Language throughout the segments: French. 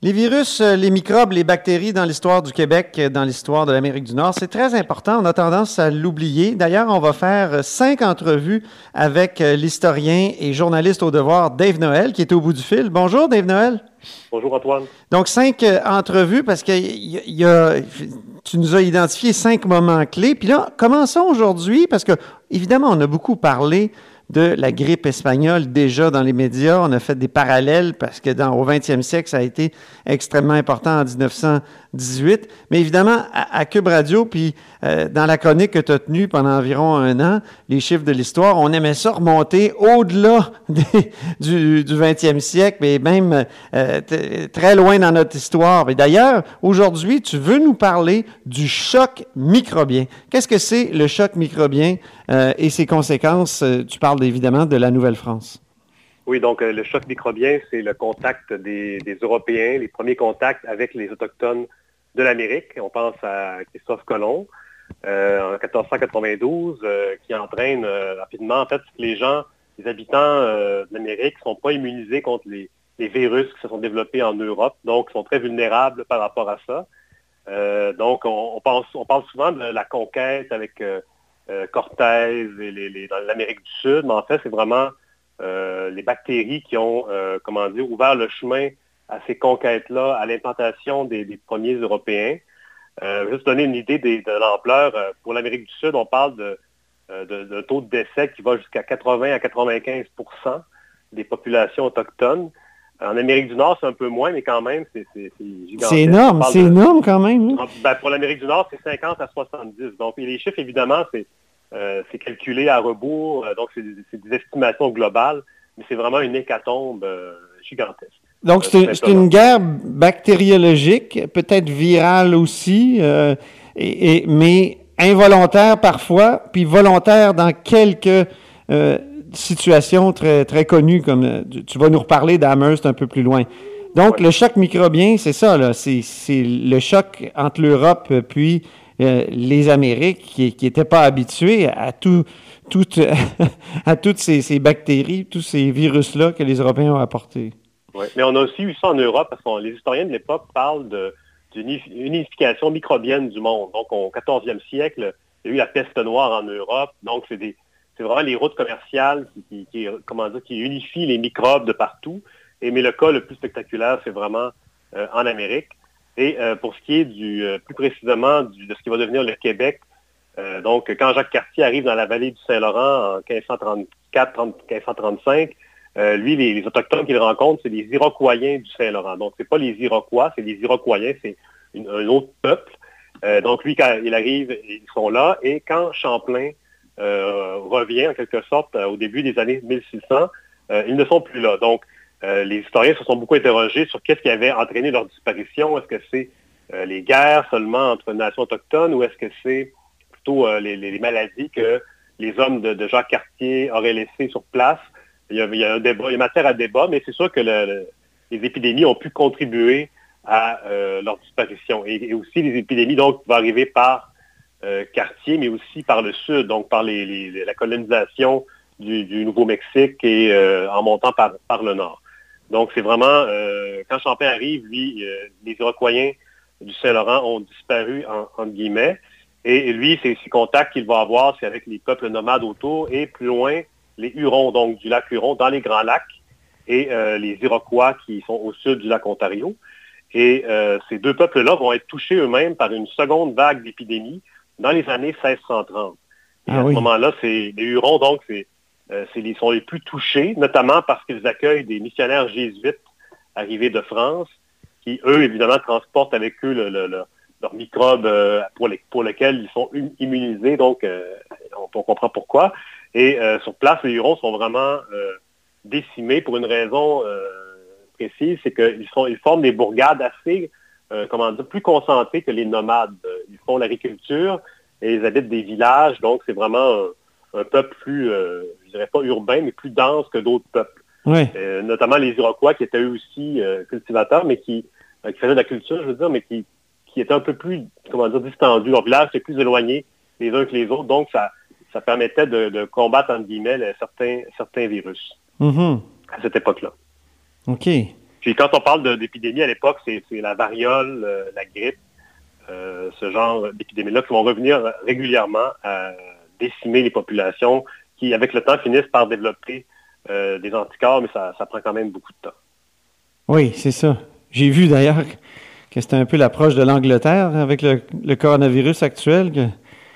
Les virus, les microbes, les bactéries dans l'histoire du Québec, dans l'histoire de l'Amérique du Nord, c'est très important. On a tendance à l'oublier. D'ailleurs, on va faire 5 entrevues avec l'historien et journaliste au devoir Dave Noël, qui est au bout du fil. Bonjour, Dave Noël. Bonjour Antoine. Donc, 5 entrevues parce que tu nous as identifié 5 moments clés. Puis là, commençons aujourd'hui parce que, évidemment, on a beaucoup parlé de la grippe espagnole déjà dans les médias. On a fait des parallèles parce que au 20e siècle, ça a été extrêmement important en 1918. Mais évidemment, à Cube Radio, puis dans la chronique que tu as tenue pendant environ 1 an, les chiffres de l'histoire, on aimait ça remonter au-delà du 20e siècle, mais même très loin dans notre histoire. Et d'ailleurs, aujourd'hui, tu veux nous parler du choc microbien. Qu'est-ce que c'est le choc microbien et ses conséquences? Tu parles évidemment de la Nouvelle-France. Oui, donc le choc microbien, c'est le contact des Européens, les premiers contacts avec les Autochtones de l'Amérique. On pense à Christophe Colomb en 1492, qui entraîne rapidement, en fait, que les habitants de l'Amérique ne sont pas immunisés contre les virus qui se sont développés en Europe, donc ils sont très vulnérables par rapport à ça. Donc, on parle souvent de la conquête avec Cortés et dans l'Amérique du Sud, mais en fait, c'est vraiment les bactéries qui ont, ouvert le chemin à ces conquêtes-là, à l'implantation des premiers Européens. Juste donner une idée de l'ampleur, pour l'Amérique du Sud, on parle de taux de décès qui va jusqu'à 80 à 95 % des populations autochtones. En Amérique du Nord, c'est un peu moins, mais quand même, c'est gigantesque. C'est énorme quand même. Ben, pour l'Amérique du Nord, c'est 50 à 70. Donc, les chiffres, évidemment, c'est calculé à rebours, donc c'est des estimations globales, mais c'est vraiment une hécatombe gigantesque. Donc, c'est une guerre bactériologique, peut-être virale aussi, mais involontaire parfois, puis volontaire dans quelques situations très, très connues, comme tu vas nous reparler d'Amherst un peu plus loin. Donc, le choc microbien, c'est ça, là, c'est le choc entre l'Europe puis les Amériques qui n'étaient pas habitués à toutes ces bactéries, tous ces virus-là que les Européens ont apportés. Oui, mais on a aussi eu ça en Europe parce que les historiens de l'époque parlent d'une unification microbienne du monde. Donc, au 14e siècle, il y a eu la peste noire en Europe. Donc, c'est vraiment les routes commerciales qui unifient les microbes de partout. Mais le cas le plus spectaculaire, c'est vraiment en Amérique. Et pour ce qui est plus précisément de ce qui va devenir le Québec, donc quand Jacques Cartier arrive dans la vallée du Saint-Laurent en 1534-1535, lui, les Autochtones qu'il rencontre, c'est les Iroquoiens du Saint-Laurent. Donc, c'est pas les Iroquois, c'est les Iroquoiens, c'est un autre peuple. Donc, lui, quand il arrive, ils sont là. Et quand Champlain revient, en quelque sorte, au début des années 1600, ils ne sont plus là. Donc, les historiens se sont beaucoup interrogés sur qu'est-ce qui avait entraîné leur disparition. Est-ce que c'est les guerres seulement entre nations autochtones ou est-ce que c'est plutôt les maladies que les hommes de Jacques Cartier auraient laissées sur place? Il y a un débat, il y a matière à débat, mais c'est sûr que les épidémies ont pu contribuer à leur disparition. Et aussi les épidémies donc vont arriver par Cartier, mais aussi par le sud, donc par la colonisation du Nouveau-Mexique et en montant par le nord. Donc c'est vraiment, quand Champlain arrive, lui, les Iroquoiens du Saint-Laurent ont disparu, entre guillemets, et lui, ses contacts qu'il va avoir, c'est avec les peuples nomades autour, et plus loin, les Hurons, donc du lac Huron, dans les Grands Lacs, et les Iroquois qui sont au sud du lac Ontario. Et ces deux peuples-là vont être touchés eux-mêmes par une seconde vague d'épidémie dans les années 1630. Et à ce moment-là, les Hurons, donc, sont les plus touchés, notamment parce qu'ils accueillent des missionnaires jésuites arrivés de France, qui, eux, évidemment, transportent avec eux leurs microbes pour lesquels ils sont immunisés. Donc, on comprend pourquoi. Et sur place, les Hurons sont vraiment décimés pour une raison précise, c'est qu'ils forment des bourgades assez, plus concentrées que les nomades. Ils font l'agriculture et ils habitent des villages, donc c'est vraiment un peuple plus, je dirais pas urbain, mais plus dense que d'autres peuples. Oui. Notamment les Iroquois qui étaient eux aussi cultivateurs, mais qui faisaient de la culture, je veux dire, mais qui étaient un peu plus, distendus. Leur village était plus éloigné les uns que les autres, donc ça permettait de combattre, entre guillemets, certains virus à cette époque-là. OK. Puis quand on parle d'épidémie à l'époque, c'est la variole, la grippe, ce genre d'épidémies-là qui vont revenir régulièrement à décimer les populations qui, avec le temps, finissent par développer des anticorps, mais ça prend quand même beaucoup de temps. Oui, c'est ça. J'ai vu d'ailleurs que c'était un peu l'approche de l'Angleterre avec le coronavirus actuel, que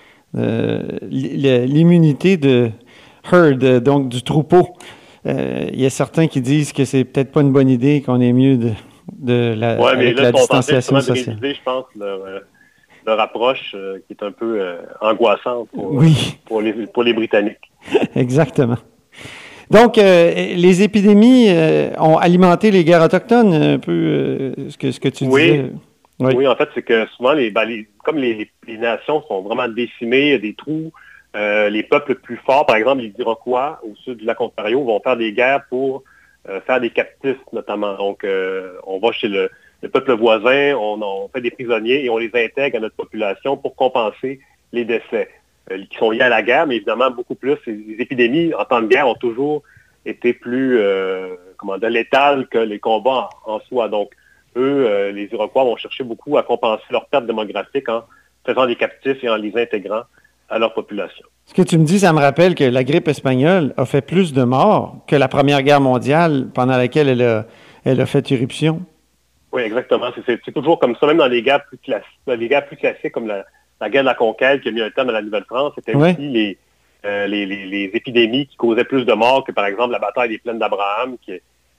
l'immunité de herd, donc du troupeau. Il y a certains qui disent que c'est peut-être pas une bonne idée, qu'on est mieux avec la distanciation sociale. De réviser, je pense, leur approche qui est un peu angoissante pour les Britanniques. Exactement. Donc, les épidémies ont alimenté les guerres autochtones, un peu ce que tu disais. Oui, en fait, c'est que souvent, comme les nations sont vraiment décimées, il y a des trous, les peuples plus forts, par exemple les Iroquois au sud du lac Ontario, vont faire des guerres pour faire des captifs notamment. Donc, on va chez le peuple voisin, on fait des prisonniers et on les intègre à notre population pour compenser les décès qui sont liés à la guerre, mais évidemment beaucoup plus. Les épidémies en temps de guerre ont toujours été plus létales que les combats en soi. Donc, eux, les Iroquois vont chercher beaucoup à compenser leur perte démographique en faisant des captifs et en les intégrant à leur population. Ce que tu me dis, ça me rappelle que la grippe espagnole a fait plus de morts que la Première Guerre mondiale pendant laquelle elle a fait irruption. Oui, exactement. C'est toujours comme ça, même dans les guerres plus classiques comme la guerre de la conquête qui a mis un terme à la Nouvelle-France, c'était aussi les épidémies qui causaient plus de morts que, par exemple, la bataille des plaines d'Abraham qui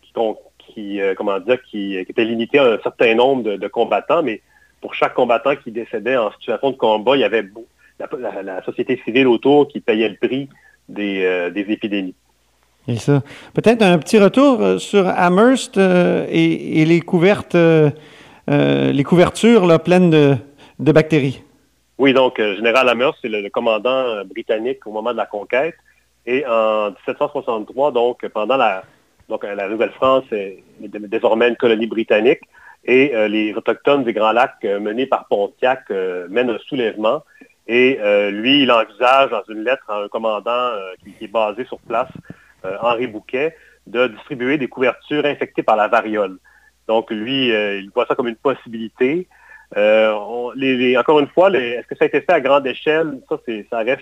était limitée à un certain nombre de combattants, mais pour chaque combattant qui décédait en situation de combat, il y avait la société civile autour qui payait le prix des épidémies. Et ça. Peut-être un petit retour sur Amherst et les couvertures là, pleines de bactéries. Oui, donc, Général Amherst, c'est le commandant britannique au moment de la conquête. Et en 1763, donc, pendant la Nouvelle-France est désormais une colonie britannique. Et les Autochtones des Grands Lacs, menés par Pontiac, mènent un soulèvement. Et lui, il envisage dans une lettre à un commandant qui est basé sur place, Henri Bouquet, de distribuer des couvertures infectées par la variole. Donc, lui, il voit ça comme une possibilité. Encore une fois, est-ce que ça a été fait à grande échelle? Ça reste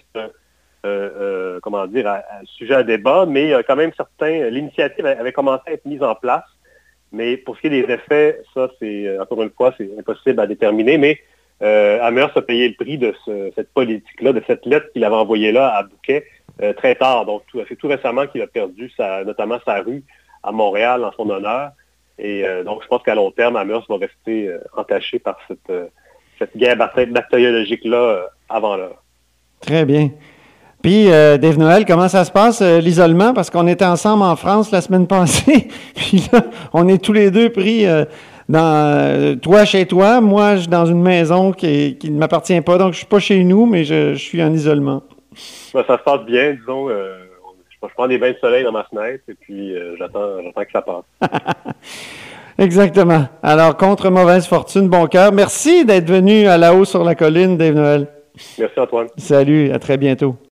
sujet à débat, mais quand même l'initiative avait commencé à être mise en place. Mais pour ce qui est des effets, ça, encore une fois, c'est impossible à déterminer. Mais Amherst a payé le prix de cette politique-là, de cette lettre qu'il avait envoyée là à Bouquet très tard. Donc, c'est tout récemment qu'il a perdu notamment sa rue à Montréal en son honneur. Et donc, je pense qu'à long terme, Amherst va rester entaché par cette guerre bactériologique-là avant l'heure. Très bien. Puis, Dave Noël, comment ça se passe, l'isolement? Parce qu'on était ensemble en France la semaine passée. Puis là, on est tous les deux pris toi chez toi, moi dans une maison qui ne m'appartient pas. Donc, je ne suis pas chez nous, mais je suis en isolement. Ça se passe bien, disons. Je prends des bains de soleil dans ma fenêtre et puis j'attends que ça passe. Exactement. Alors, contre mauvaise fortune, bon cœur. Merci d'être venu à La Haut sur la colline, Dave Noël. Merci, Antoine. Salut, à très bientôt.